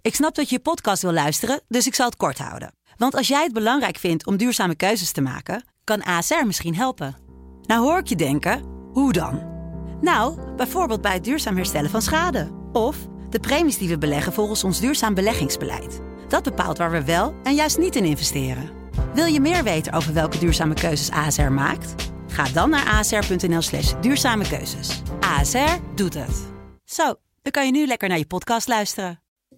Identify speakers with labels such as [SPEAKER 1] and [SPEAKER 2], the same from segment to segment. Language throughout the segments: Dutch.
[SPEAKER 1] Ik snap dat je podcast wil luisteren, dus ik zal het kort houden. Want als jij het belangrijk vindt om duurzame keuzes te maken, kan ASR misschien helpen. Nou hoor ik je denken, hoe dan? Nou, bijvoorbeeld bij het duurzaam herstellen van schade. Of de premies die we beleggen volgens ons duurzaam beleggingsbeleid. Dat bepaalt waar we wel en juist niet in investeren. Wil je meer weten over welke duurzame keuzes ASR maakt? Ga dan naar asr.nl/duurzame keuzes. ASR doet het. Zo, dan kan je nu lekker naar je podcast luisteren.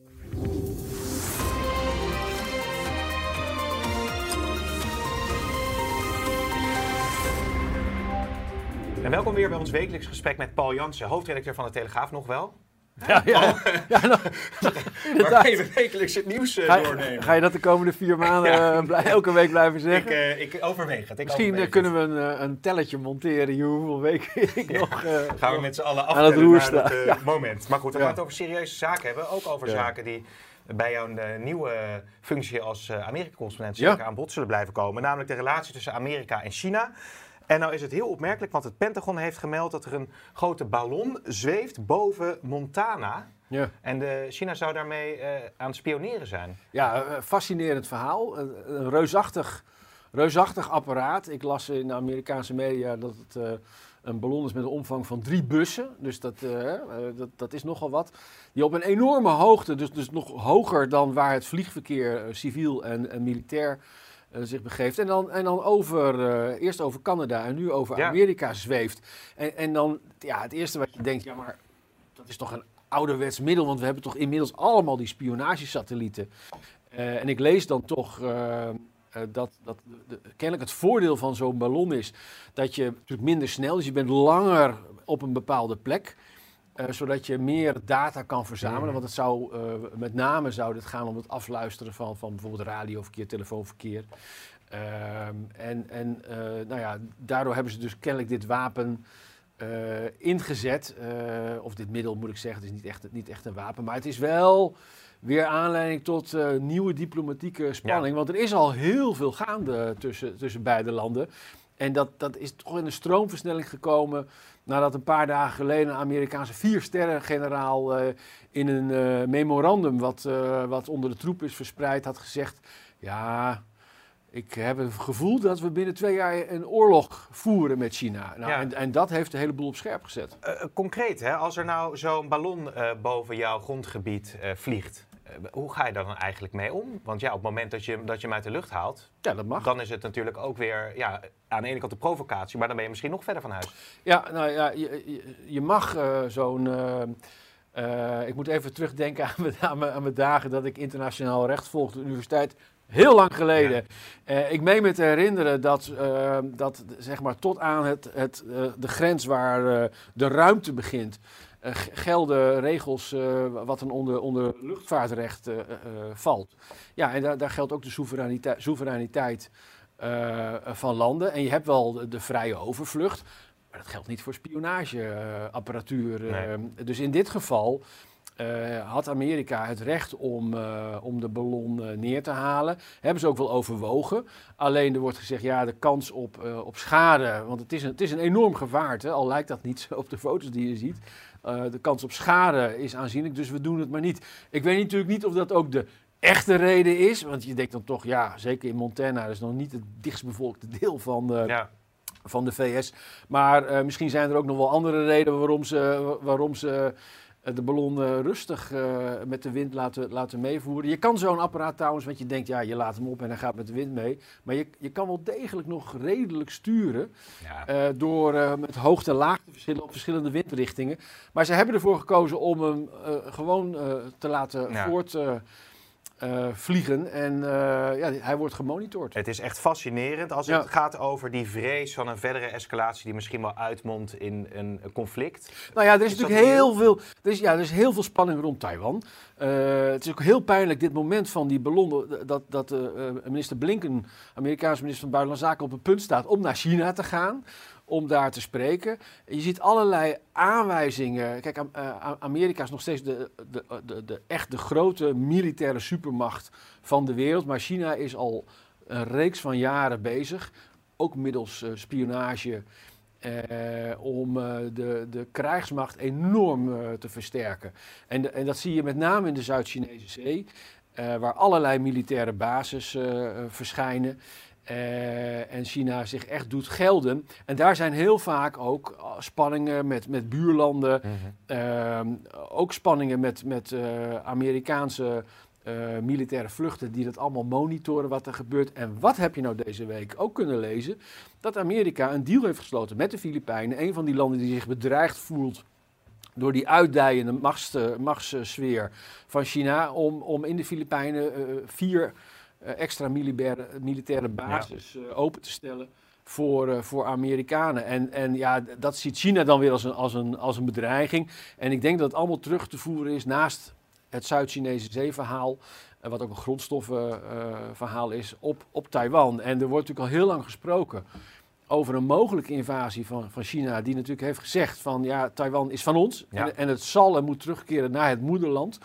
[SPEAKER 2] En welkom weer bij ons wekelijks gesprek met Paul Jansen, hoofdredacteur van de Telegraaf, nog wel.
[SPEAKER 3] Ja.
[SPEAKER 2] Waarbij we wekelijks het nieuws doornemen.
[SPEAKER 3] Ga je dat de komende 4 maanden elke week blijven zeggen?
[SPEAKER 2] Ik overweeg het.
[SPEAKER 3] Misschien kunnen we een telletje monteren hoeveel weken ik nog
[SPEAKER 2] gaan we met z'n allen
[SPEAKER 3] aan het roer staan.
[SPEAKER 2] Naar het moment. Maar goed, we gaan het over serieuze zaken hebben. Ook over zaken die bij jouw nieuwe functie als Amerika-correspondent zeker aan bod zullen blijven komen. Namelijk de relatie tussen Amerika en China. En nou is het heel opmerkelijk, want het Pentagon heeft gemeld dat er een grote ballon zweeft boven Montana. Ja. En China zou daarmee aan het spioneren zijn.
[SPEAKER 3] Ja, fascinerend verhaal. Een reusachtig apparaat. Ik las in de Amerikaanse media dat het een ballon is met een omvang van 3 bussen. Dus dat is nogal wat. Die op een enorme hoogte, dus nog hoger dan waar het vliegverkeer civiel en militair zich begeeft. En dan eerst over Canada en nu over Amerika zweeft. En dan, het eerste wat je denkt, ja maar dat is toch een ouderwets middel, want we hebben toch inmiddels allemaal die spionagesatellieten. En ik lees dan toch dat kennelijk het voordeel van zo'n ballon is dat je natuurlijk minder snel, dus je bent langer op een bepaalde plek. Zodat je meer data kan verzamelen. Want het zou, met name zou het gaan om het afluisteren van bijvoorbeeld radioverkeer, telefoonverkeer. Daardoor hebben ze dus kennelijk dit wapen ingezet. Of dit middel moet ik zeggen, het is niet echt een wapen. Maar het is wel weer aanleiding tot nieuwe diplomatieke spanning. Want er is al heel veel gaande tussen beide landen. En dat is toch in een stroomversnelling gekomen nadat een paar dagen geleden een Amerikaanse 4-sterren-generaal in een memorandum wat onder de troep is verspreid had gezegd, ja, ik heb het gevoel dat we binnen 2 jaar een oorlog voeren met China. Nou, en dat heeft de hele boel op scherp gezet.
[SPEAKER 2] Concreet, hè? Als er nou zo'n ballon boven jouw grondgebied vliegt, hoe ga je daar dan eigenlijk mee om? Want op het moment dat je hem uit de lucht haalt, dat mag. Dan is het natuurlijk ook weer aan de ene kant de provocatie, maar dan ben je misschien nog verder van huis.
[SPEAKER 3] Ja, nou ja, je mag zo'n... ik moet even terugdenken aan mijn dagen dat ik internationaal recht volgde op de universiteit. Heel lang geleden. Ja. Ik meen me te herinneren dat zeg maar tot aan de grens waar de ruimte begint, gelden regels wat dan onder luchtvaartrecht valt. Ja, en daar geldt ook de soevereiniteit van landen. En je hebt wel de vrije overvlucht, maar dat geldt niet voor spionageapparatuur. Dus in dit geval had Amerika het recht om de ballon neer te halen. Hebben ze ook wel overwogen. Alleen er wordt gezegd, de kans op schade, want het is een enorm gevaarte, al lijkt dat niet zo op de foto's die je ziet. De kans op schade is aanzienlijk, dus we doen het maar niet. Ik weet natuurlijk niet of dat ook de echte reden is, want je denkt dan toch, zeker in Montana, dat is nog niet het dichtstbevolkte deel van de VS. Maar misschien zijn er ook nog wel andere redenen waarom ze de ballon rustig met de wind laten meevoeren. Je kan zo'n apparaat trouwens, want je denkt, je laat hem op en hij gaat met de wind mee. Maar je kan wel degelijk nog redelijk sturen door met hoogte en laagte verschillen op verschillende windrichtingen. Maar ze hebben ervoor gekozen om hem gewoon te laten vliegen en hij wordt gemonitord.
[SPEAKER 2] Het is echt fascinerend als het gaat over die vrees van een verdere escalatie die misschien wel uitmondt in een conflict.
[SPEAKER 3] Nou ja, er is natuurlijk er is heel veel spanning rond Taiwan. Het is ook heel pijnlijk dit moment van die ballon dat minister Blinken, Amerikaanse minister van Buitenlandse Zaken, op het punt staat om naar China te gaan. Om daar te spreken. Je ziet allerlei aanwijzingen. Kijk, Amerika is nog steeds de grote militaire supermacht van de wereld. Maar China is al een reeks van jaren bezig. Ook middels spionage om de krijgsmacht enorm te versterken. En dat zie je met name in de Zuid-Chinese Zee, waar allerlei militaire bases verschijnen. En China zich echt doet gelden. En daar zijn heel vaak ook spanningen met buurlanden. Ook spanningen met Amerikaanse militaire vluchten die dat allemaal monitoren wat er gebeurt. En wat heb je nou deze week ook kunnen lezen? Dat Amerika een deal heeft gesloten met de Filipijnen. Een van die landen die zich bedreigd voelt door die uitdijende machtssfeer van China. Om in de Filipijnen 4 extra militaire bases open te stellen voor Amerikanen. En ja, dat ziet China dan weer als een bedreiging. En ik denk dat het allemaal terug te voeren is naast het Zuid-Chinese Zee-verhaal, wat ook een grondstoffenverhaal is, op Taiwan. En er wordt natuurlijk al heel lang gesproken over een mogelijke invasie van China, die natuurlijk heeft gezegd van ja, Taiwan is van ons en het zal en moet terugkeren naar het moederland.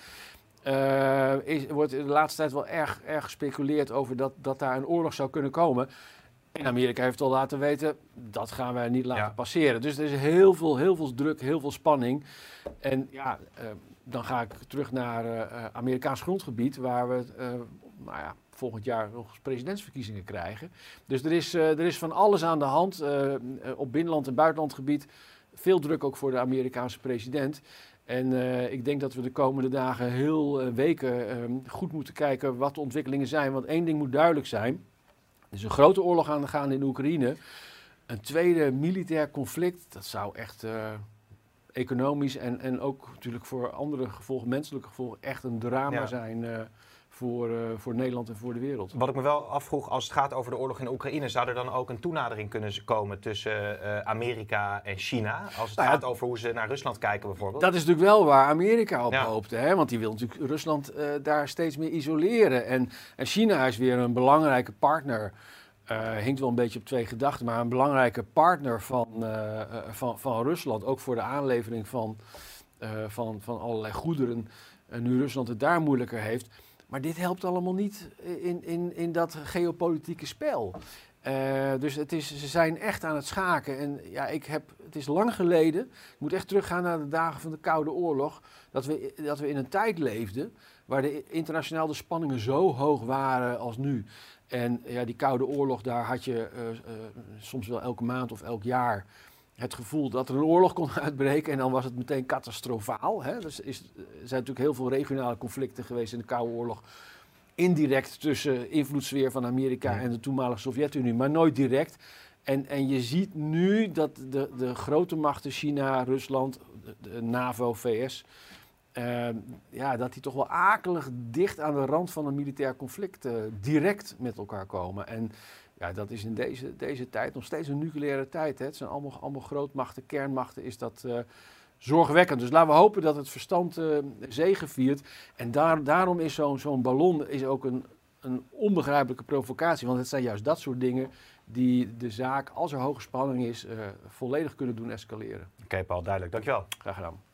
[SPEAKER 3] Wordt in de laatste tijd wel erg gespeculeerd over dat daar een oorlog zou kunnen komen. En Amerika heeft al laten weten, dat gaan wij niet laten passeren. Dus er is heel veel druk, heel veel spanning. En ja, dan ga ik terug naar Amerikaans grondgebied, waar we volgend jaar nog eens presidentsverkiezingen krijgen. Dus er is van alles aan de hand op binnenland en buitenlandgebied. Veel druk ook voor de Amerikaanse president. En ik denk dat we de komende dagen, weken goed moeten kijken wat de ontwikkelingen zijn. Want één ding moet duidelijk zijn. Er is een grote oorlog aan de gang in Oekraïne. Een tweede militair conflict, dat zou echt economisch en ook natuurlijk voor andere gevolgen, menselijke gevolgen, echt een drama zijn voor Nederland en voor de wereld.
[SPEAKER 2] Wat ik me wel afvroeg, als het gaat over de oorlog in Oekraïne, zou er dan ook een toenadering kunnen komen tussen Amerika en China? Als het gaat over hoe ze naar Rusland kijken bijvoorbeeld.
[SPEAKER 3] Dat is natuurlijk wel waar Amerika op hoopte. Hè? Want die wil natuurlijk Rusland daar steeds meer isoleren. En China is weer een belangrijke partner. Hinkt wel een beetje op twee gedachten, maar een belangrijke partner van Rusland. Ook voor de aanlevering van allerlei goederen. Nu Rusland het daar moeilijker heeft. Maar dit helpt allemaal niet in dat geopolitieke spel. Dus ze zijn echt aan het schaken. En ja, het is lang geleden, ik moet echt teruggaan naar de dagen van de Koude Oorlog, dat we in een tijd leefden waar internationaal de spanningen zo hoog waren als nu. En ja, die Koude Oorlog, daar had je soms wel elke maand of elk jaar het gevoel dat er een oorlog kon uitbreken en dan was het meteen catastrofaal. Hè? Dus er zijn natuurlijk heel veel regionale conflicten geweest in de Koude Oorlog. Indirect tussen invloedssfeer van Amerika en de toenmalige Sovjet-Unie, maar nooit direct. En je ziet nu dat de grote machten, China, Rusland, de NAVO, VS, dat die toch wel akelig dicht aan de rand van een militair conflict direct met elkaar komen. En ja, dat is in deze tijd nog steeds een nucleaire tijd. Hè. Het zijn allemaal grootmachten, kernmachten, is dat zorgwekkend. Dus laten we hopen dat het verstand zegeviert. En daarom is zo'n ballon is ook een onbegrijpelijke provocatie. Want het zijn juist dat soort dingen die de zaak, als er hoge spanning is, volledig kunnen doen escaleren.
[SPEAKER 2] Oké, Paul, duidelijk. Dankjewel.
[SPEAKER 3] Graag gedaan.